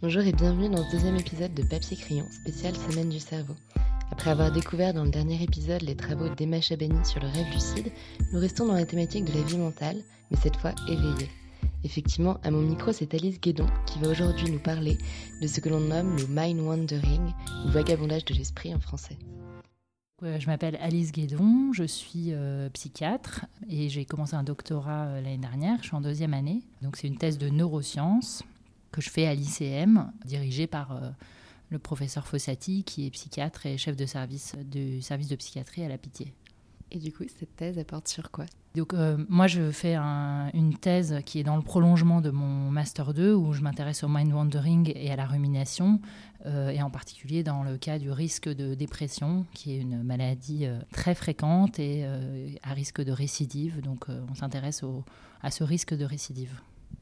Bonjour et bienvenue dans ce deuxième épisode de Papier Crayon, spécial Semaine du cerveau. Après avoir découvert dans le dernier épisode les travaux d'Emma Chabani sur le rêve lucide, nous restons dans la thématique de la vie mentale, mais cette fois éveillée. Effectivement, à mon micro, c'est Alice Guédon qui va aujourd'hui nous parler de ce que l'on nomme le mind wandering, ou vagabondage de l'esprit en français. Je m'appelle Alice Guédon, je suis psychiatre et j'ai commencé un doctorat l'année dernière, je suis en 2e année. Donc c'est une thèse de neurosciences que je fais à l'ICM, dirigée par le professeur Fossati qui est psychiatre et chef de service du service de psychiatrie à la Pitié. Et du coup, cette thèse, elle porte sur quoi ? Donc moi je fais une thèse qui est dans le prolongement de mon Master 2 où je m'intéresse au mind wandering et à la rumination et en particulier dans le cas du risque de dépression qui est une maladie très fréquente et à risque de récidive. Donc on s'intéresse à ce risque de récidive.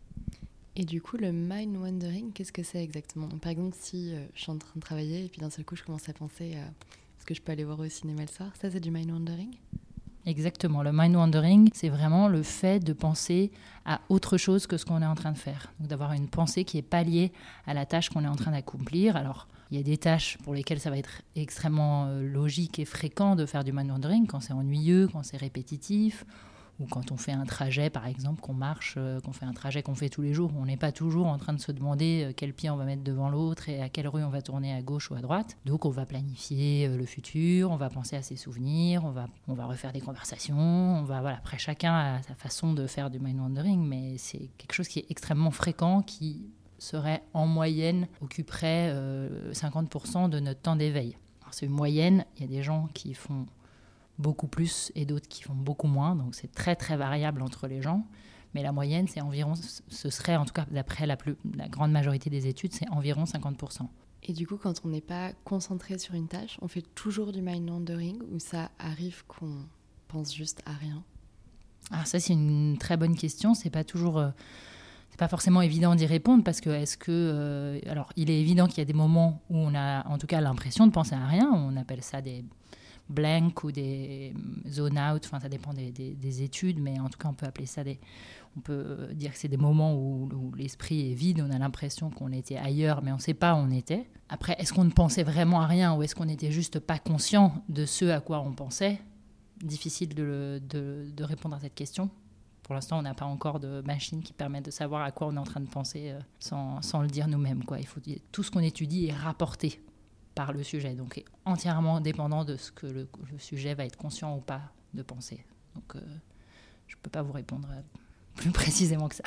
Et du coup, le mind wandering, qu'est-ce que c'est exactement ? Par exemple, si je suis en train de travailler et puis d'un seul coup je commence à penser à ce que je peux aller voir au cinéma le soir, ça c'est du mind wandering ? Exactement, le mind wandering, c'est vraiment le fait de penser à autre chose que ce qu'on est en train de faire. Donc d'avoir une pensée qui n'est pas liée à la tâche qu'on est en train d'accomplir. Alors, il y a des tâches pour lesquelles ça va être extrêmement logique et fréquent de faire du mind wandering, quand c'est ennuyeux, quand c'est répétitif, ou quand on fait un trajet, par exemple, qu'on marche, qu'on fait un trajet qu'on fait tous les jours. On n'est pas toujours en train de se demander quel pied on va mettre devant l'autre et à quelle rue on va tourner à gauche ou à droite. Donc on va planifier le futur, on va penser à ses souvenirs, on va refaire des conversations. Après, chacun a sa façon de faire du mind wandering, mais c'est quelque chose qui est extrêmement fréquent, qui serait en moyenne, occuperait 50% de notre temps d'éveil. Alors c'est une moyenne, il y a des gens qui font beaucoup plus et d'autres qui font beaucoup moins, donc c'est très très variable entre les gens, mais la moyenne c'est environ, ce serait en tout cas d'après la grande majorité des études, c'est environ 50%. Et du coup, quand on n'est pas concentré sur une tâche, on fait toujours du mind wandering ou ça arrive qu'on pense juste à rien ? Alors ça c'est une très bonne question, c'est pas forcément évident d'y répondre parce que alors il est évident qu'il y a des moments où on a en tout cas l'impression de penser à rien, on appelle ça des blank ou des zone out, enfin ça dépend des études, mais en tout cas on peut appeler ça on peut dire que c'est des moments où l'esprit est vide, on a l'impression qu'on était ailleurs, mais on ne sait pas où on était. Après, est-ce qu'on ne pensait vraiment à rien ou est-ce qu'on n'était juste pas conscient de ce à quoi on pensait ? Difficile de répondre à cette question. Pour l'instant, on n'a pas encore de machine qui permet de savoir à quoi on est en train de penser sans le dire nous-mêmes, quoi. Tout ce qu'on étudie est rapporté par le sujet, donc est entièrement dépendant de ce que le sujet va être conscient ou pas de penser. Donc je ne peux pas vous répondre plus précisément que ça.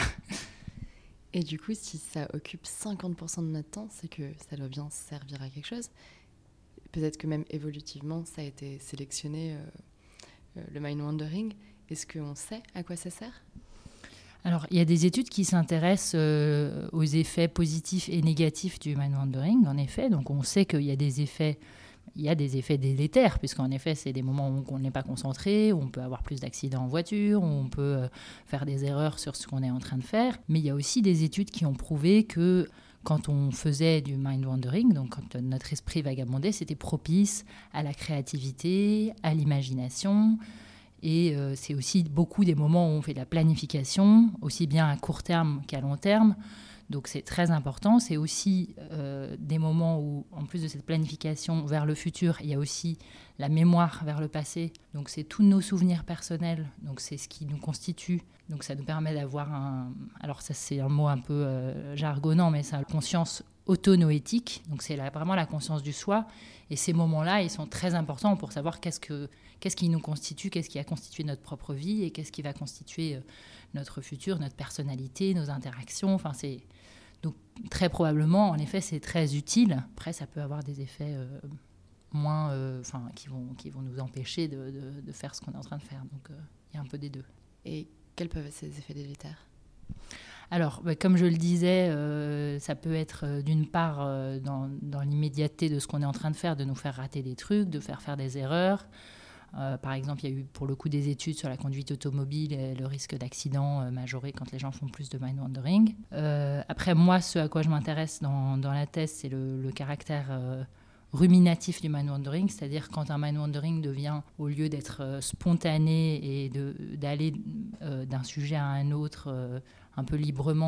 Et du coup, si ça occupe 50% de notre temps, c'est que ça doit bien servir à quelque chose. Peut-être que même évolutivement, ça a été sélectionné, le mind wandering. Est-ce qu'on sait à quoi ça sert ? Alors, il y a des études qui s'intéressent aux effets positifs et négatifs du mind wandering, en effet. Donc, on sait qu'il y a des effets délétères, puisqu'en effet, c'est des moments où on n'est pas concentré, où on peut avoir plus d'accidents en voiture, où on peut faire des erreurs sur ce qu'on est en train de faire. Mais il y a aussi des études qui ont prouvé que quand on faisait du mind wandering, donc quand notre esprit vagabondait, c'était propice à la créativité, à l'imagination. Et c'est aussi beaucoup des moments où on fait de la planification, aussi bien à court terme qu'à long terme. Donc c'est très important. C'est aussi des moments où, en plus de cette planification vers le futur, il y a aussi la mémoire vers le passé. Donc c'est tous nos souvenirs personnels. Donc c'est ce qui nous constitue. Donc ça nous permet d'avoir alors ça c'est un mot un peu jargonnant, mais c'est une conscience autonoétique. Donc c'est vraiment la conscience du soi. Et ces moments-là, ils sont très importants pour savoir qu'est-ce qui nous constitue, qu'est-ce qui a constitué notre propre vie et qu'est-ce qui va constituer notre futur, notre personnalité, nos interactions. Enfin, donc très probablement, en effet, c'est très utile. Après, ça peut avoir des effets moins, qui vont nous empêcher de faire ce qu'on est en train de faire. Donc, il y a un peu des deux. Et quels peuvent être ces effets délétères ? Alors, comme je le disais, ça peut être d'une part dans l'immédiateté de ce qu'on est en train de faire, de nous faire rater des trucs, de faire des erreurs. Par exemple, il y a eu pour le coup des études sur la conduite automobile et le risque d'accident majoré quand les gens font plus de mind wandering. Après, moi, ce à quoi je m'intéresse dans la thèse, c'est le caractère ruminatif du mind wandering, c'est-à-dire quand un mind wandering devient, au lieu d'être spontané et d'aller d'un sujet à un autre un peu librement,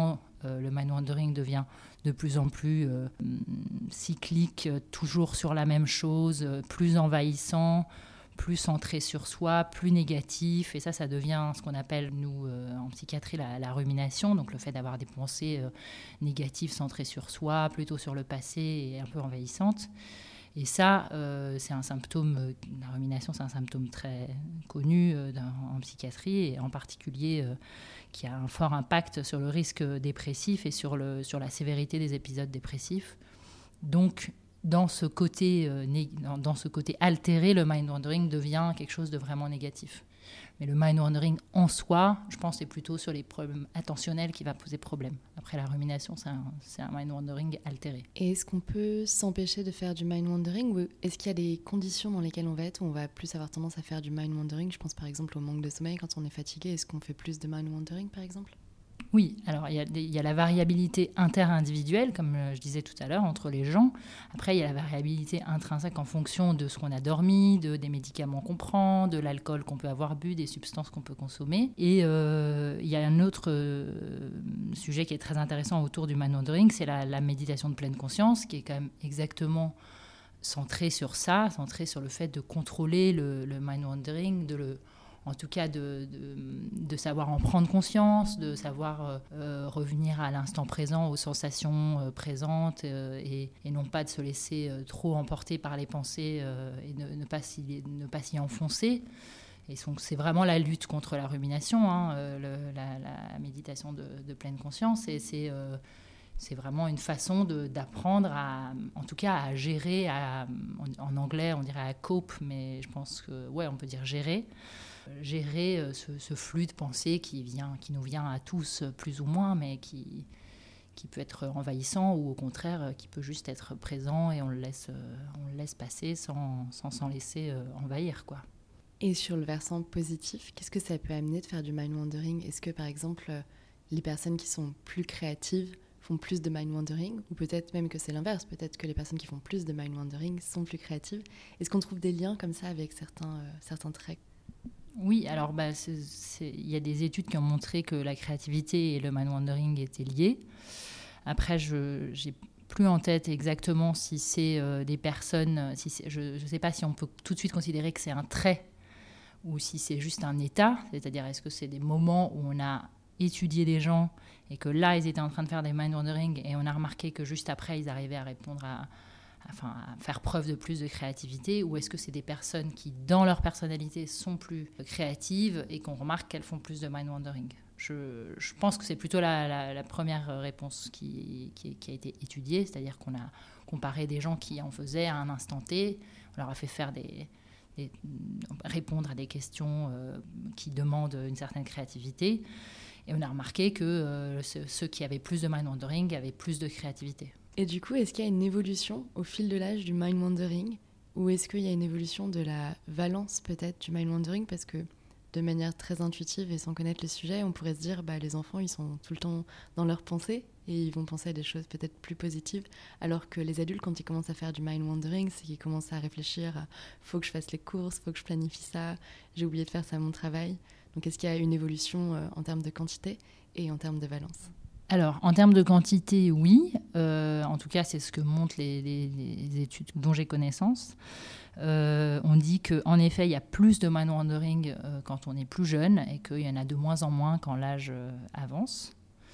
le mind-wandering devient de plus en plus cyclique, toujours sur la même chose, plus envahissant, plus centré sur soi, plus négatif. Et ça devient ce qu'on appelle, nous, en psychiatrie, la rumination, donc le fait d'avoir des pensées négatives centrées sur soi, plutôt sur le passé et un peu envahissantes. Et ça, c'est un symptôme, la rumination, c'est un symptôme très connu en psychiatrie, et en particulier qui a un fort impact sur le risque dépressif et sur la sévérité des épisodes dépressifs. Donc, dans ce côté altéré, le mind-wandering devient quelque chose de vraiment négatif. Mais le mind-wandering en soi, je pense, c'est plutôt sur les problèmes attentionnels qui va poser problème. Après, la rumination, c'est un mind-wandering altéré. Et est-ce qu'on peut s'empêcher de faire du mind-wandering, ou est-ce qu'il y a des conditions dans lesquelles on va être où on va plus avoir tendance à faire du mind-wandering ? Je pense par exemple au manque de sommeil. Quand on est fatigué, est-ce qu'on fait plus de mind-wandering par exemple ? Oui, alors il y a la variabilité interindividuelle, comme je disais tout à l'heure, entre les gens. Après, il y a la variabilité intrinsèque en fonction de ce qu'on a dormi, des médicaments qu'on prend, de l'alcool qu'on peut avoir bu, des substances qu'on peut consommer. Et il y a un autre sujet qui est très intéressant autour du mind-wandering, c'est la méditation de pleine conscience, qui est quand même exactement centrée sur ça, centrée sur le fait de contrôler le mind-wandering, en tout cas de savoir en prendre conscience, de savoir revenir à l'instant présent, aux sensations présentes, et non pas de se laisser trop emporter par les pensées et ne pas s'y enfoncer. Et donc, c'est vraiment la lutte contre la rumination, la méditation de pleine conscience. Et c'est vraiment une façon d'apprendre en tout cas à gérer, en anglais on dirait à cope, mais je pense que on peut dire gérer ce flux de pensée qui nous vient à tous plus ou moins, mais qui peut être envahissant, ou au contraire qui peut juste être présent et on le laisse passer sans s'en laisser envahir, quoi. Et sur le versant positif, qu'est-ce que ça peut amener de faire du mind-wandering ? Est-ce que par exemple les personnes qui sont plus créatives font plus de mind-wandering, ou peut-être même que c'est l'inverse, peut-être que les personnes qui font plus de mind-wandering sont plus créatives ? Est-ce qu'on trouve des liens comme ça avec certains traits ? Oui, alors il y a des études qui ont montré que la créativité et le mind-wandering étaient liés. Après, je n'ai plus en tête exactement si c'est des personnes, je ne sais pas si on peut tout de suite considérer que c'est un trait ou si c'est juste un état, c'est-à-dire est-ce que c'est des moments où on a étudié des gens et que là, ils étaient en train de faire des mind-wandering et on a remarqué que juste après, ils arrivaient à répondre à faire preuve de plus de créativité, ou est-ce que c'est des personnes qui, dans leur personnalité, sont plus créatives et qu'on remarque qu'elles font plus de mind-wandering ? Je pense que c'est plutôt la première réponse qui a été étudiée, c'est-à-dire qu'on a comparé des gens qui en faisaient à un instant T, on leur a fait faire répondre à des questions qui demandent une certaine créativité, et on a remarqué que ceux qui avaient plus de mind-wandering avaient plus de créativité. Et du coup, est-ce qu'il y a une évolution au fil de l'âge du mind-wandering, ou est-ce qu'il y a une évolution de la valence peut-être du mind-wandering ? Parce que de manière très intuitive et sans connaître le sujet, on pourrait se dire les enfants, ils sont tout le temps dans leurs pensées et ils vont penser à des choses peut-être plus positives, alors que les adultes, quand ils commencent à faire du mind-wandering, c'est qu'ils commencent à réfléchir à « faut que je fasse les courses, faut que je planifie ça, j'ai oublié de faire ça à mon travail ». Donc est-ce qu'il y a une évolution en termes de quantité et en termes de valence ? Alors, en termes de quantité, oui. En tout cas, c'est ce que montrent les études dont j'ai connaissance. On dit qu'en effet, il y a plus de mind-wandering quand on est plus jeune et qu'il y en a de moins en moins quand l'âge avance.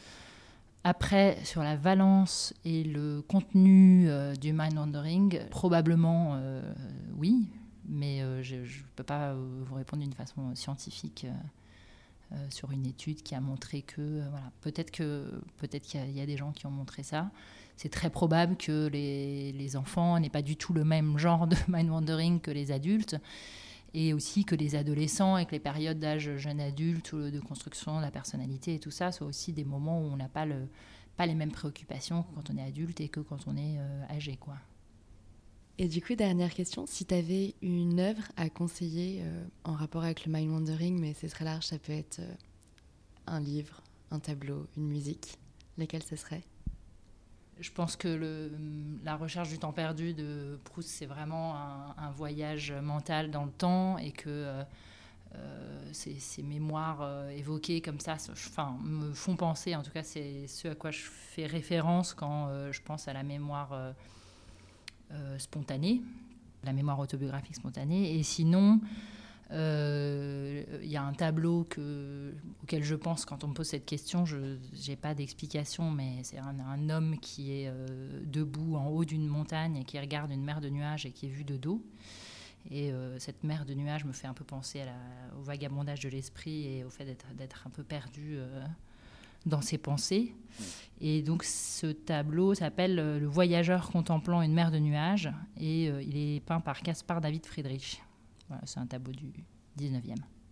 Après, sur la valence et le contenu du mind-wandering, probablement oui, mais je ne peux pas vous répondre d'une façon scientifique sur une étude qui a montré que peut-être qu'il y a des gens qui ont montré ça. C'est très probable que les enfants n'aient pas du tout le même genre de mind-wandering que les adultes, et aussi que les adolescents et que les périodes d'âge jeune adulte ou de construction de la personnalité et tout ça soient aussi des moments où on n'a pas les mêmes préoccupations que quand on est adulte et que quand on est âgé, quoi. Et du coup, dernière question, si tu avais une œuvre à conseiller en rapport avec le mind-wandering, mais c'est très large, ça peut être un livre, un tableau, une musique, lesquels ce serait ? Je pense que la recherche du temps perdu de Proust, c'est vraiment un voyage mental dans le temps, et que ces mémoires évoquées comme ça, me font penser, en tout cas c'est ce à quoi je fais référence quand je pense à la mémoire spontanée, la mémoire autobiographique spontanée. Et sinon, il y a un tableau auquel je pense quand on me pose cette question. Je n'ai pas d'explication, mais c'est un homme qui est debout en haut d'une montagne et qui regarde une mer de nuages et qui est vu de dos. Et cette mer de nuages me fait un peu penser au vagabondage de l'esprit et au fait d'être un peu perdu dans ses pensées. Et donc ce tableau s'appelle Le voyageur contemplant une mer de nuages et il est peint par Caspar David Friedrich. Voilà, c'est un tableau du 19e.